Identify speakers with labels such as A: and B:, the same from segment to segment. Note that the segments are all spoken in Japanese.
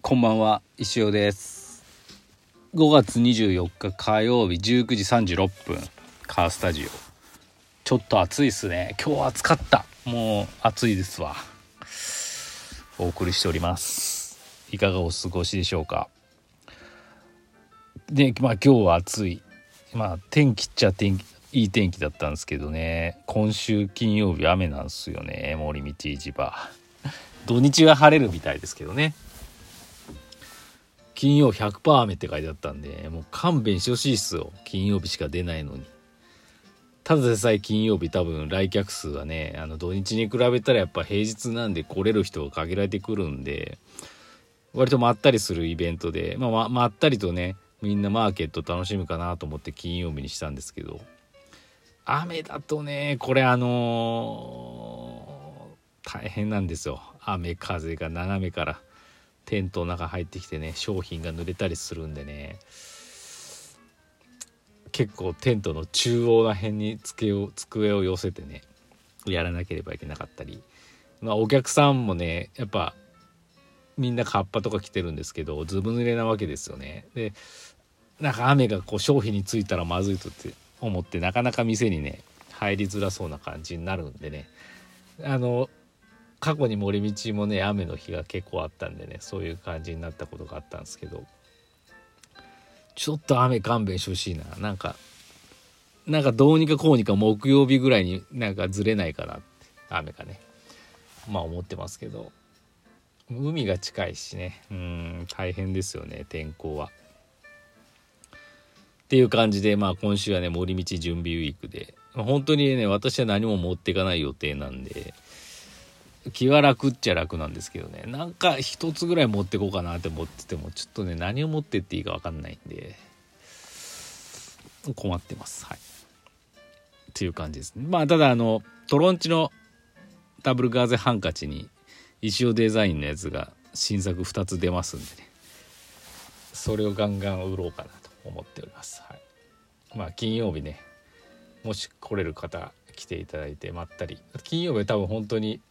A: こんばんは、石尾です。5月24日火曜日19時36分、カースタジオ。ちょっと暑いっすね。今日は暑かった。もう暑いですわ。お送りしております。いかがお過ごしでしょうか。で、今日は暑い。天気っちゃいい天気だったんですけどね。今週金曜日雨なんですよね。森道市場。土日は晴れるみたいですけどね。金曜 100% 雨って書いてあったんで、もう勘弁してほしいっすよ。金曜日しか出ないのに。ただでさえ金曜日多分来客数はね、土日に比べたらやっぱ平日なんで来れる人が限られてくるんで、割とまったりするイベントで、まったりとね、みんなマーケット楽しむかなと思って金曜日にしたんですけど、雨だとね、これ大変なんですよ。雨風が斜めからテントの中入ってきてね、商品が濡れたりするんでね、結構テントの中央ら辺に机を寄せてねやらなければいけなかったり、お客さんもねやっぱみんなカッパとか着てるんですけど、ずぶ濡れなわけですよね。でなんか雨がこう商品についたらまずいとって思って、なかなか店にね入りづらそうな感じになるんでね、過去に森道もね雨の日が結構あったんでね、そういう感じになったことがあったんですけど、ちょっと雨勘弁してほしいな。なんかどうにかこうにか木曜日ぐらいになんかずれないかなって、雨がね思ってますけど、海が近いしね、大変ですよね、天候は。っていう感じで、今週はね森道準備ウィークで、本当にね私は何も持っていかない予定なんで、気は楽っちゃ楽なんですけどね、なんか一つぐらい持ってこうかなって思ってても、ちょっとね何を持ってっていいか分かんないんで困ってます。はい、っていう感じですね。ただトロンチのダブルガーゼハンカチに石尾デザインのやつが新作2つ出ますんでね、それをガンガン売ろうかなと思っております。はい、金曜日ね、もし来れる方来ていただいてまったり、金曜日は多分本当に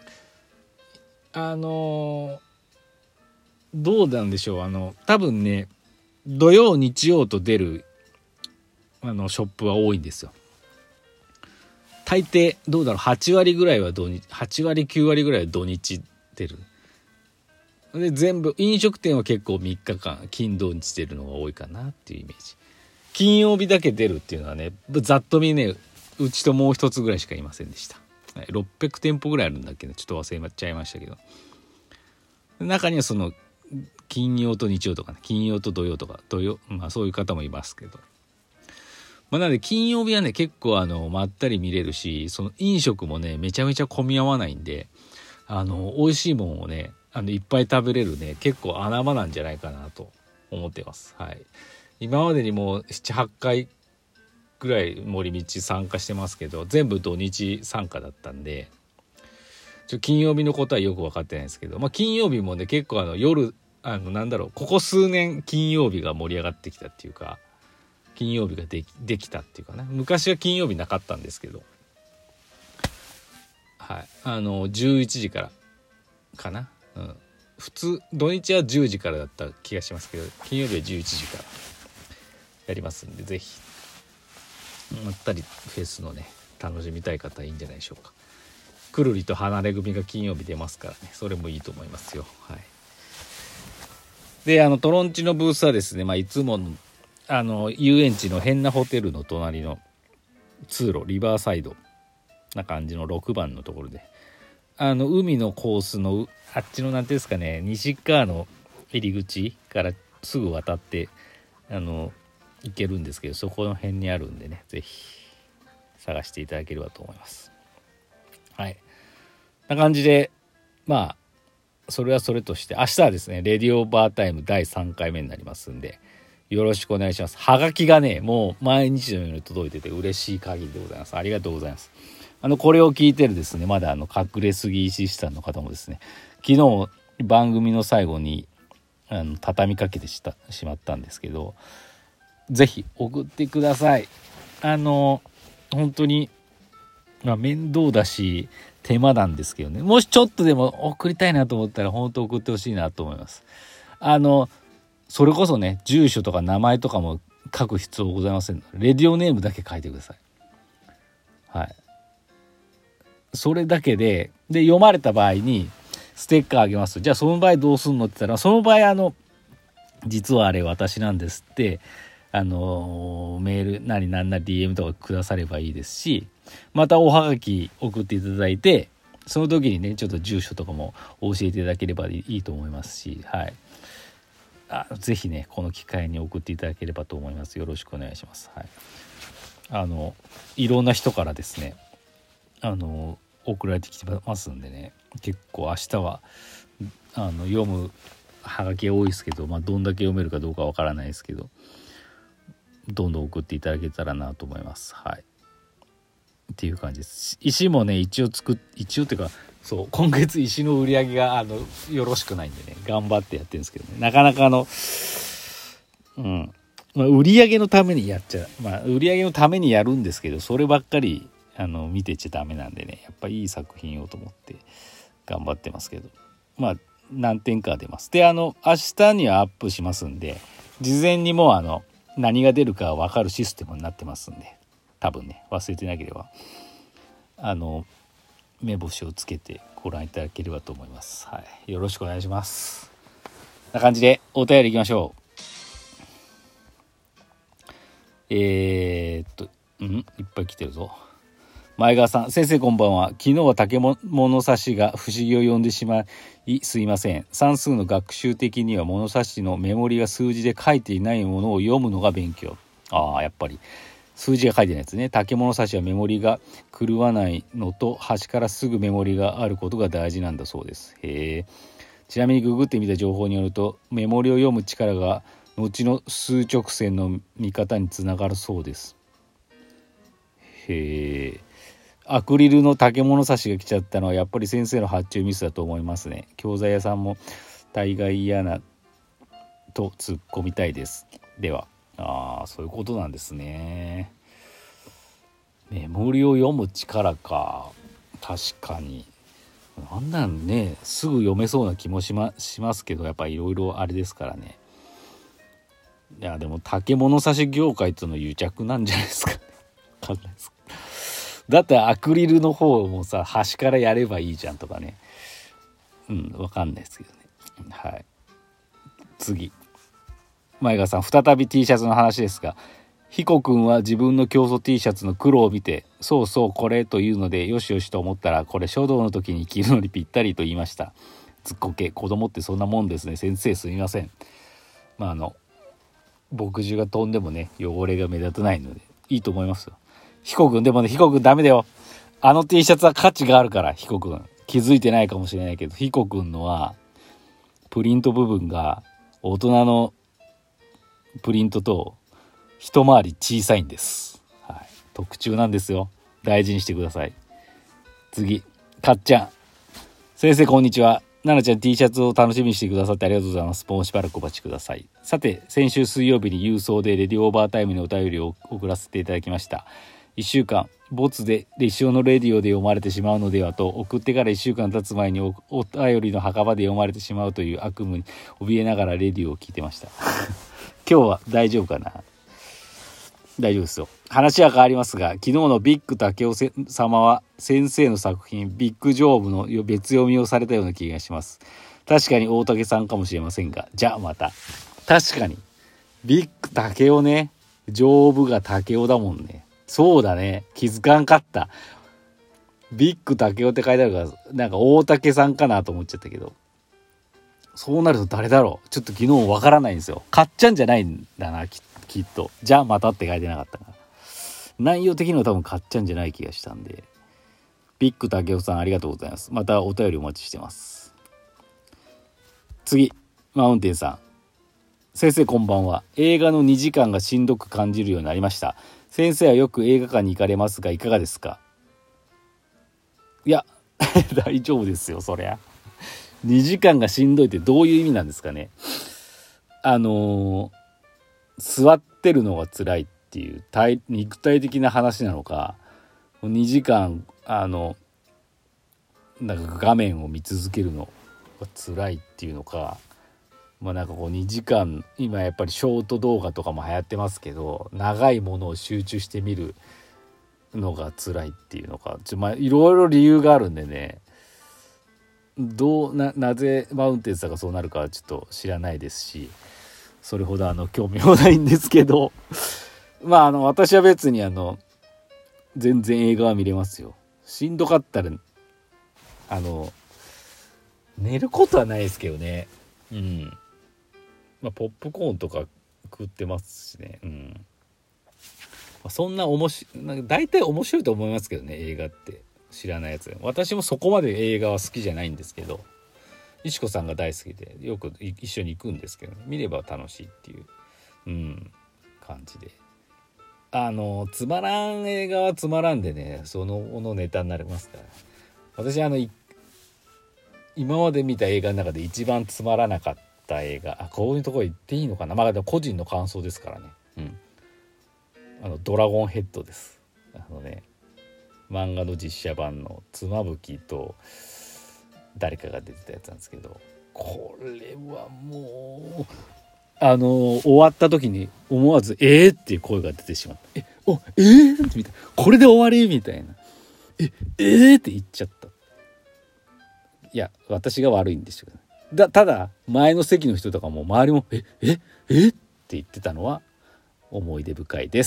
A: どうなんでしょう、多分ね土曜日曜と出るショップは多いんですよ。大抵どうだろう、8割ぐらいは土日、8割9割ぐらいは土日出る。で全部飲食店は結構3日間金土日出るのが多いかなっていうイメージ。金曜日だけ出るっていうのはね、ざっと見ね、うちともう一つぐらいしかいませんでした。600店舗ぐらいあるんだっけど、ちょっと忘れちゃいましたけど、中にはその金曜と日曜とかね、金曜と土曜とかそういう方もいますけど、なので金曜日はね結構まったり見れるし、その飲食もねめちゃめちゃ混み合わないんで、美味しいもんをねいっぱい食べれるね、結構穴場なんじゃないかなと思ってます。はい、今までにもう 7,8 回ぐらい森道参加してますけど、全部土日参加だったんで、金曜日のことはよく分かってないんですけど、金曜日もね結構夜ここ数年金曜日が盛り上がってきたっていうか、金曜日ができたっていうかね、昔は金曜日なかったんですけど、11時からかな、普通土日は10時からだった気がしますけど、金曜日は11時からやりますんで、ぜひまったりフェスのね楽しみたい方はいいんじゃないでしょうか。くるりと離れ組が金曜日出ますからね、それもいいと思いますよ。はい、でトロンチのブースはですね、いつもの遊園地の変なホテルの隣の通路、リバーサイドな感じの6番のところで、海のコースのあっちのなんていうんですかね、西側の入り口からすぐ渡って行けるんですけど、そこの辺にあるんでね、ぜひ探していただければと思います。はい、な感じでそれはそれとして、明日はですねレディオバータイム第3回目になりますんで、よろしくお願いします。はがきがねもう毎日のように届いてて嬉しい限りでございます。ありがとうございます。これを聞いてるですね、まだ隠れすぎ石さんの方もですね、昨日番組の最後に畳みかけてしまったんですけど、ぜひ送ってください。本当に面倒だし手間なんですけどね、もしちょっとでも送りたいなと思ったら本当送ってほしいなと思います。 それこそね住所とか名前とかも書く必要ございません。レディオネームだけ書いてください。はい。それだけで読まれた場合にステッカーあげます。じゃあその場合どうすんのって言ったら、その場合実はあれ私なんですってメールなりなんなり DM とかくださればいいですし、またおはがき送っていただいて、その時にねちょっと住所とかも教えていただければいいと思いますし、はい、ぜひねこの機会に送っていただければと思います。よろしくお願いします。はい、いろんな人からですね送られてきてますんでね、結構明日は読むはがき多いですけど、どんだけ読めるかどうかわからないですけど、どんどん送っていただけたらなと思います。はい。っていう感じです。石もね一応っていうか、そう今月石の売り上げがよろしくないんでね頑張ってやってるんですけどね、なかなか売り上げのために売り上げのためにやるんですけど、そればっかり見てちゃダメなんでね、やっぱいい作品をと思って頑張ってますけど、何点か出ます。で明日にはアップしますんで、事前にもう何が出るか分かるシステムになってますんで、多分ね忘れてなければ目星をつけてご覧いただければと思います。はい、よろしくお願いします。な感じでお便りいきましょう。いっぱい来てるぞ。前川さん、先生こんばんは。昨日は竹物差しが不思議を呼んでしまいすいません。算数の学習的には物差しのメモリが数字で書いていないものを読むのが勉強。やっぱり数字が書いてないやつね。竹物差しはメモリが狂わないのと端からすぐメモリがあることが大事なんだそうです。へえ。ちなみにググってみた情報によると、メモリを読む力が後の数直線の見方につながるそうです。へえ。アクリルの竹物差しが来ちゃったのはやっぱり先生の発注ミスだと思いますね。教材屋さんも大概嫌なと突っ込みたいです。ではそういうことなんですね。メモリを読む力か、確かになんねすぐ読めそうな気もしますけど、やっぱりいろいろあれですからね。いやでも竹物差し業界との癒着なんじゃないですかね。分かんないです。だってアクリルの方もさ端からやればいいじゃんとかね、分かんないですけどね。はい、次、前川さん、再び T シャツの話ですが、彦君は自分の競争 T シャツの黒を見て、そうそうこれというのでよしよしと思ったら、これ書道の時に着るのにぴったりと言いました。ずっこけ、子供ってそんなもんですね。先生すみません。墨汁が飛んでもね汚れが目立たないのでいいと思いますよ。彦君、でもね彦君ダメだよ。T シャツは価値があるから。彦君気づいてないかもしれないけど、彦君のはプリント部分が大人のプリントと一回り小さいんです。はい、特注なんですよ。大事にしてください。次、かっちゃん、先生こんにちは。ななちゃん T シャツを楽しみにしてくださってありがとうございます。もうしばらくお待ちください。さて、先週水曜日に郵送でレディオオーバータイムにお便りを送らせていただきました。1週間ボツで列車のレディオで読まれてしまうのではと、送ってから1週間経つ前にお便りの墓場で読まれてしまうという悪夢に怯えながらレディオを聞いてました。今日は大丈夫かな。大丈夫ですよ。話は変わりますが、昨日のビッグ竹雄様は先生の作品ビッグジョーブの別読みをされたような気がします。確かに大竹さんかもしれませんが、じゃあまた。確かにビッグ竹雄ね、ジョーブが竹雄だもんね。そうだね、気づかんかった。ビッグ竹雄って書いてあるから、なんか大竹さんかなと思っちゃったけど、そうなると誰だろう。ちょっと昨日わからないんですよ。かっちゃんじゃないんだな、きっと。じゃあまたって書いてなかったから、内容的には多分かっちゃんじゃない気がしたんで。ビッグ竹雄さんありがとうございます。またお便りお待ちしてます。次、マウンテンさん、先生こんばんは。映画の2時間がしんどく感じるようになりました。先生はよく映画館に行かれますがいかがですか。いや大丈夫ですよ、そりゃ。2時間がしんどいってどういう意味なんですかね。座ってるのが辛いっていう肉体的な話なのか、2時間なんか画面を見続けるのが辛いっていうのか、 なんかこう2時間、今やっぱりショート動画とかも流行ってますけど、長いものを集中して見るのが辛いっていうのか、いろいろ理由があるんでね、なぜマウンテンさんがそうなるかはちょっと知らないですし、それほど興味もないんですけど私は別に全然映画は見れますよ。しんどかったら寝ることはないですけどね。ポップコーンとか食ってますしね。そんななんか大体面白いと思いますけどね、映画って。知らないやつ。私もそこまで映画は好きじゃないんですけど、石子さんが大好きでよく一緒に行くんですけど、見れば楽しいっていう感じで、つまらん映画はつまらんでね、そのネタになりますから。私今まで見た映画の中で一番つまらなかった映画、こういうところ言っていいのかな、でも個人の感想ですからね。ドラゴンヘッドです。漫画の実写版の妻夫木と誰かが出てたやつなんですけど、これはもう終わった時に思わずっていう声が出てしまった。みたいな、これで終わりみたいな、って言っちゃった。いや私が悪いんでしょう。ただ前の席の人とかも周りもって言ってたのは思い出深いです。